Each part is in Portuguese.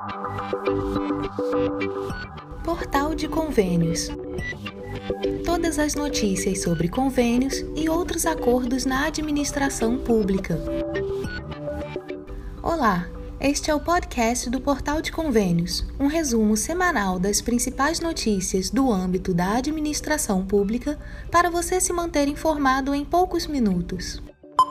Portal de Convênios. Todas as notícias sobre convênios e outros acordos na administração pública. Olá, este é o podcast do Portal de Convênios, um resumo semanal das principais notícias do âmbito da administração pública para você se manter informado em poucos minutos.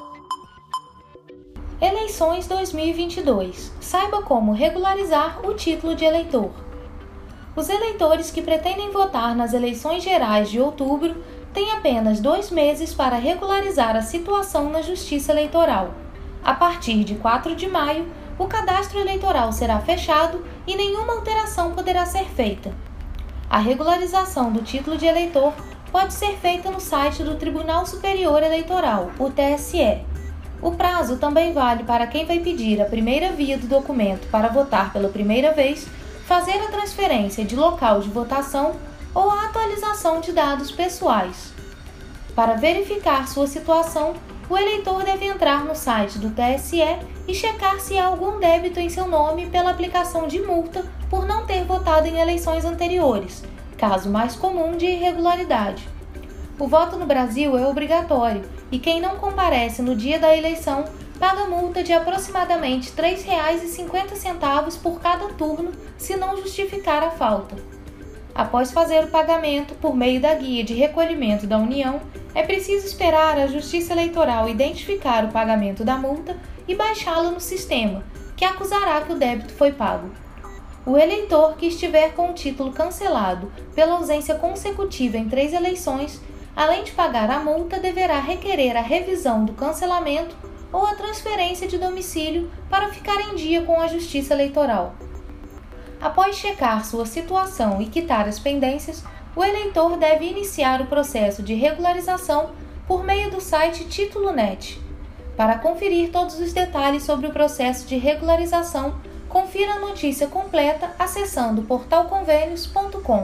Eleições 2022. Saiba como regularizar o título de eleitor. Os eleitores que pretendem votar nas eleições gerais de outubro têm apenas 2 meses para regularizar a situação na Justiça Eleitoral. A partir de 4 de maio, o cadastro eleitoral será fechado e nenhuma alteração poderá ser feita. A regularização do título de eleitor pode ser feita no site do Tribunal Superior Eleitoral, o TSE. O prazo também vale para quem vai pedir a primeira via do documento para votar pela primeira vez, fazer a transferência de local de votação ou a atualização de dados pessoais. Para verificar sua situação, o eleitor deve entrar no site do TSE e checar se há algum débito em seu nome pela aplicação de multa por não ter votado em eleições anteriores, caso mais comum de irregularidade. O voto no Brasil é obrigatório e quem não comparece no dia da eleição paga multa de aproximadamente R$ 3,50 por cada turno se não justificar a falta. Após fazer o pagamento por meio da guia de recolhimento da União, é preciso esperar a Justiça Eleitoral identificar o pagamento da multa e baixá-la no sistema, que acusará que o débito foi pago. O eleitor que estiver com o título cancelado pela ausência consecutiva em 3 eleições, além de pagar a multa, deverá requerer a revisão do cancelamento ou a transferência de domicílio para ficar em dia com a Justiça Eleitoral. Após checar sua situação e quitar as pendências, o eleitor deve iniciar o processo de regularização por meio do site Título.net. Para conferir todos os detalhes sobre o processo de regularização, confira a notícia completa acessando portalconvênios.com.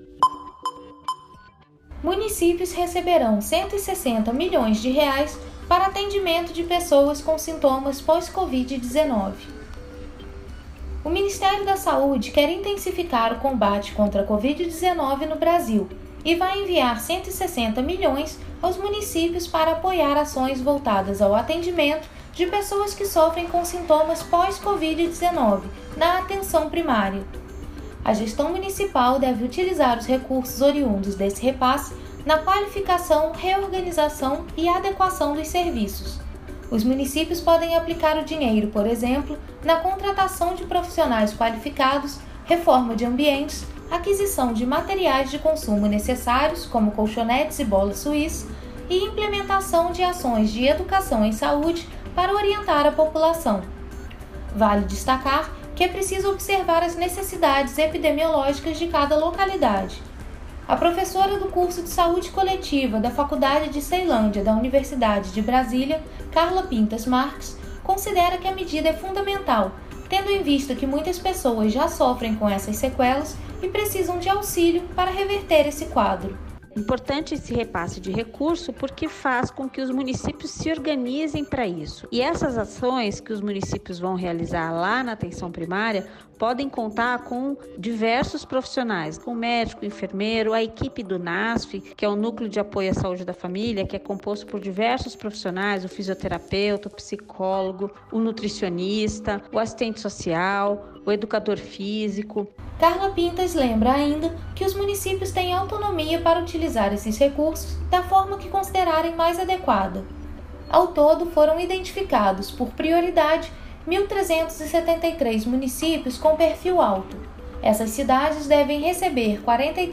Municípios receberão R$ 160 milhões para atendimento de pessoas com sintomas pós-Covid-19. O Ministério da Saúde quer intensificar o combate contra a Covid-19 no Brasil e vai enviar R$ 160 milhões aos municípios para apoiar ações voltadas ao atendimento de pessoas que sofrem com sintomas pós-Covid-19 na atenção primária. A gestão municipal deve utilizar os recursos oriundos desse repasse na qualificação, reorganização e adequação dos serviços. Os municípios podem aplicar o dinheiro, por exemplo, na contratação de profissionais qualificados, reforma de ambientes, aquisição de materiais de consumo necessários, como colchonetes e bolas suíças, e implementação de ações de educação em saúde para orientar a população. Vale destacar que é preciso observar as necessidades epidemiológicas de cada localidade. A professora do curso de Saúde Coletiva da Faculdade de Ceilândia da Universidade de Brasília, Carla Pintas Marques, considera que a medida é fundamental, tendo em vista que muitas pessoas já sofrem com essas sequelas e precisam de auxílio para reverter esse quadro. Importante esse repasse de recurso porque faz com que os municípios se organizem para isso. E essas ações que os municípios vão realizar lá na atenção primária podem contar com diversos profissionais, com médico, enfermeiro, a equipe do NASF, que é o Núcleo de Apoio à Saúde da Família, que é composto por diversos profissionais, o fisioterapeuta, o psicólogo, o nutricionista, o assistente social, o educador físico. Carla Pintas lembra ainda que os municípios têm autonomia para utilizar esses recursos da forma que considerarem mais adequada. Ao todo, foram identificados, por prioridade, 1.373 municípios com perfil alto. Essas cidades devem receber R$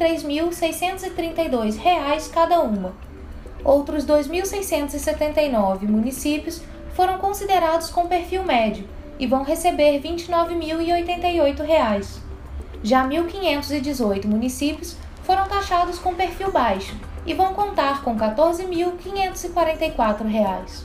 43.632 cada uma. Outros 2.679 municípios foram considerados com perfil médio e vão receber R$ 29.088. Já 1.518 municípios foram taxados com perfil baixo e vão contar com R$ 14.544.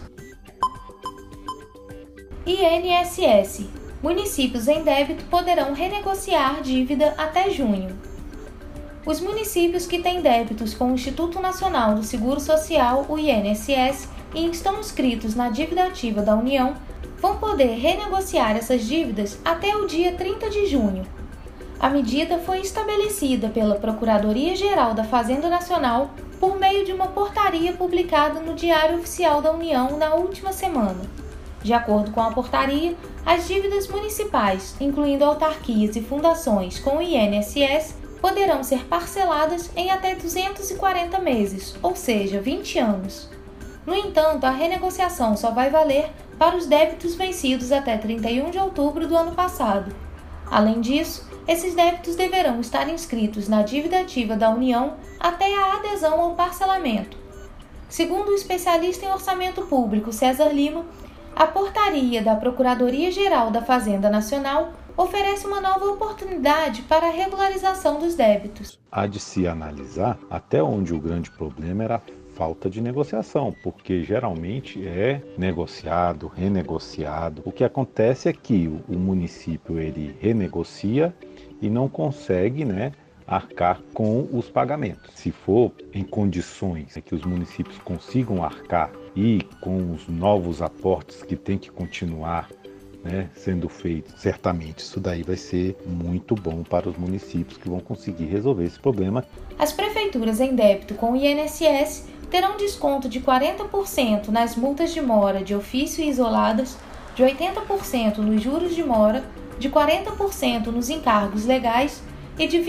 INSS. Municípios em débito poderão renegociar dívida até junho. Os municípios que têm débitos com o Instituto Nacional do Seguro Social, o INSS, e estão inscritos na dívida ativa da União, vão poder renegociar essas dívidas até o dia 30 de junho. A medida foi estabelecida pela Procuradoria-Geral da Fazenda Nacional por meio de uma portaria publicada no Diário Oficial da União na última semana. De acordo com a portaria, as dívidas municipais, incluindo autarquias e fundações com o INSS, poderão ser parceladas em até 240 meses, ou seja, 20 anos. No entanto, a renegociação só vai valer para os débitos vencidos até 31 de outubro do ano passado. Além disso, esses débitos deverão estar inscritos na dívida ativa da União até a adesão ao parcelamento. Segundo o especialista em orçamento público César Lima, a portaria da Procuradoria-Geral da Fazenda Nacional oferece uma nova oportunidade para a regularização dos débitos. Há de se analisar até onde o grande problema era a falta de negociação, porque geralmente é negociado, renegociado. O que acontece é que o município ele renegocia e não consegue, arcar com os pagamentos. Se for em condições que os municípios consigam arcar e com os novos aportes que tem que continuar sendo feitos, certamente isso daí vai ser muito bom para os municípios que vão conseguir resolver esse problema. As prefeituras em débito com o INSS terão desconto de 40% nas multas de mora de ofício e isoladas, de 80% nos juros de mora, de 40% nos encargos legais e de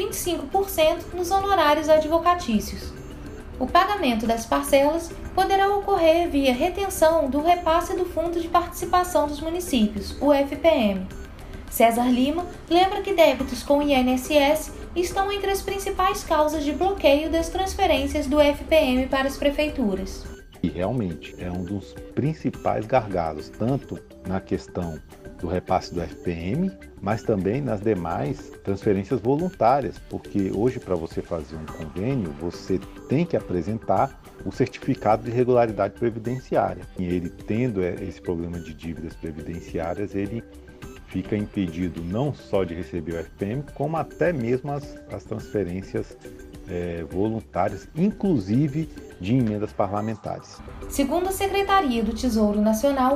25% nos honorários advocatícios. O pagamento das parcelas poderá ocorrer via retenção do repasse do Fundo de Participação dos Municípios, o FPM. César Lima lembra que débitos com o INSS estão entre as principais causas de bloqueio das transferências do FPM para as prefeituras. E realmente é um dos principais gargalos, tanto na questão do repasse do FPM, mas também nas demais transferências voluntárias, porque hoje para você fazer um convênio, você tem que apresentar o certificado de regularidade previdenciária. E ele tendo esse problema de dívidas previdenciárias, ele fica impedido não só de receber o FPM, como até mesmo as transferências voluntárias, inclusive de emendas parlamentares. Segundo a Secretaria do Tesouro Nacional,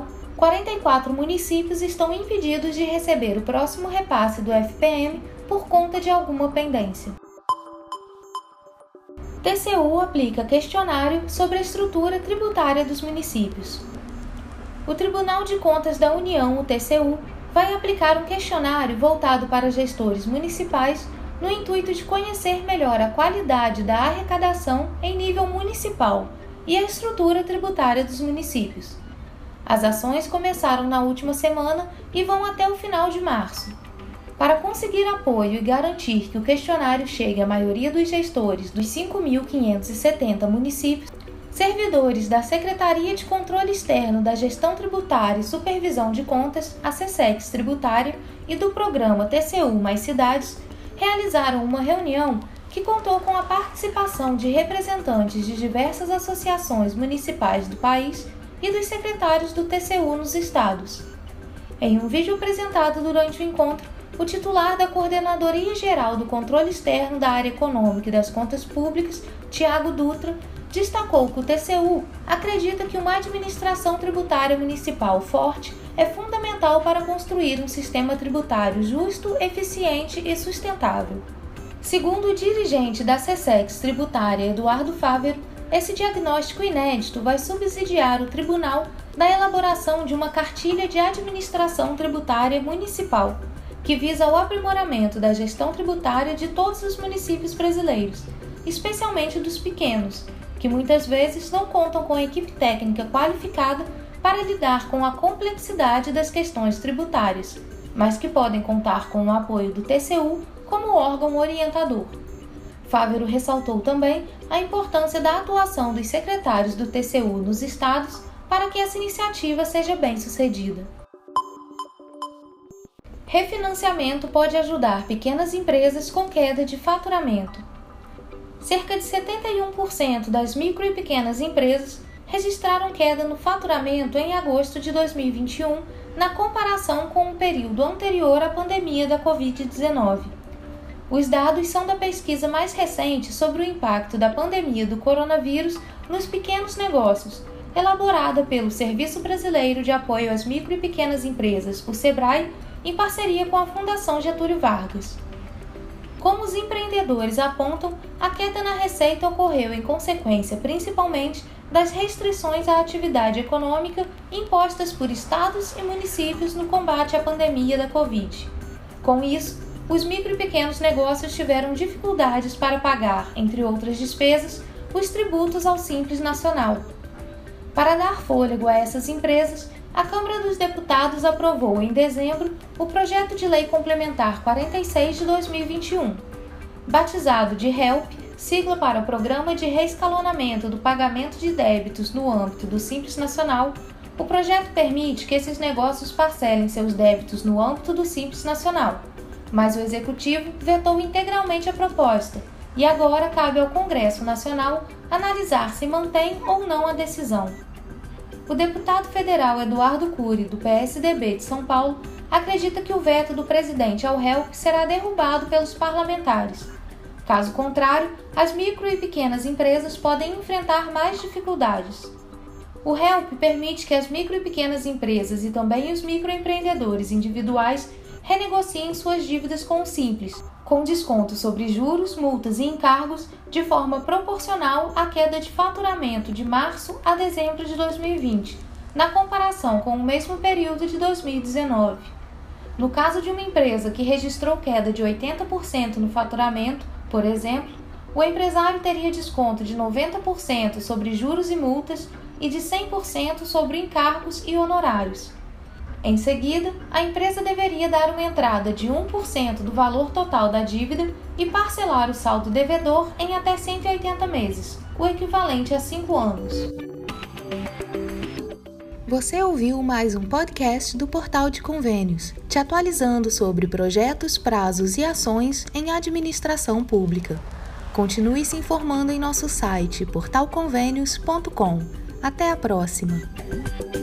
44 municípios estão impedidos de receber o próximo repasse do FPM por conta de alguma pendência. TCU aplica questionário sobre a estrutura tributária dos municípios. O Tribunal de Contas da União, o TCU, vai aplicar um questionário voltado para gestores municipais no intuito de conhecer melhor a qualidade da arrecadação em nível municipal e a estrutura tributária dos municípios. As ações começaram na última semana e vão até o final de março. Para conseguir apoio e garantir que o questionário chegue à maioria dos gestores dos 5.570 municípios, servidores da Secretaria de Controle Externo da Gestão Tributária e Supervisão de Contas, a SECEX Tributária, e do programa TCU Mais Cidades, realizaram uma reunião que contou com a participação de representantes de diversas associações municipais do país e dos secretários do TCU nos estados. Em um vídeo apresentado durante o encontro, o titular da Coordenadoria Geral do Controle Externo da Área Econômica e das Contas Públicas, Tiago Dutra, destacou que o TCU acredita que uma administração tributária municipal forte é fundamental para construir um sistema tributário justo, eficiente e sustentável. Segundo o dirigente da SECEX Tributária, Eduardo Fávero, esse diagnóstico inédito vai subsidiar o tribunal na elaboração de uma cartilha de administração tributária municipal, que visa o aprimoramento da gestão tributária de todos os municípios brasileiros, especialmente dos pequenos, que muitas vezes não contam com a equipe técnica qualificada para lidar com a complexidade das questões tributárias, mas que podem contar com o apoio do TCU como órgão orientador. Fávero ressaltou também a importância da atuação dos secretários do TCU nos estados para que essa iniciativa seja bem-sucedida. Refinanciamento pode ajudar pequenas empresas com queda de faturamento. Cerca de 71% das micro e pequenas empresas registraram queda no faturamento em agosto de 2021, na comparação com o período anterior à pandemia da Covid-19. Os dados são da pesquisa mais recente sobre o impacto da pandemia do coronavírus nos pequenos negócios, elaborada pelo Serviço Brasileiro de Apoio às Micro e Pequenas Empresas, o SEBRAE, em parceria com a Fundação Getúlio Vargas. Como os empreendedores apontam, a queda na receita ocorreu em consequência principalmente das restrições à atividade econômica impostas por estados e municípios no combate à pandemia da Covid. Com isso, os micro e pequenos negócios tiveram dificuldades para pagar, entre outras despesas, os tributos ao Simples Nacional. Para dar fôlego a essas empresas, a Câmara dos Deputados aprovou em dezembro o Projeto de Lei Complementar 46 de 2021. Batizado de HELP, sigla para o Programa de Reescalonamento do Pagamento de Débitos no âmbito do Simples Nacional, o projeto permite que esses negócios parcelem seus débitos no âmbito do Simples Nacional, mas o Executivo vetou integralmente a proposta e agora cabe ao Congresso Nacional analisar se mantém ou não a decisão. O deputado federal Eduardo Cury, do PSDB de São Paulo, acredita que o veto do presidente ao HELP será derrubado pelos parlamentares. Caso contrário, as micro e pequenas empresas podem enfrentar mais dificuldades. O HELP permite que as micro e pequenas empresas e também os microempreendedores individuais renegociem suas dívidas com o Simples, com desconto sobre juros, multas e encargos, de forma proporcional à queda de faturamento de março a dezembro de 2020, na comparação com o mesmo período de 2019. No caso de uma empresa que registrou queda de 80% no faturamento, por exemplo, o empresário teria desconto de 90% sobre juros e multas e de 100% sobre encargos e honorários. Em seguida, a empresa deveria dar uma entrada de 1% do valor total da dívida e parcelar o saldo devedor em até 180 meses, o equivalente a 5 anos. Você ouviu mais um podcast do Portal de Convênios, te atualizando sobre projetos, prazos e ações em administração pública. Continue se informando em nosso site portalconvenios.com. Até a próxima!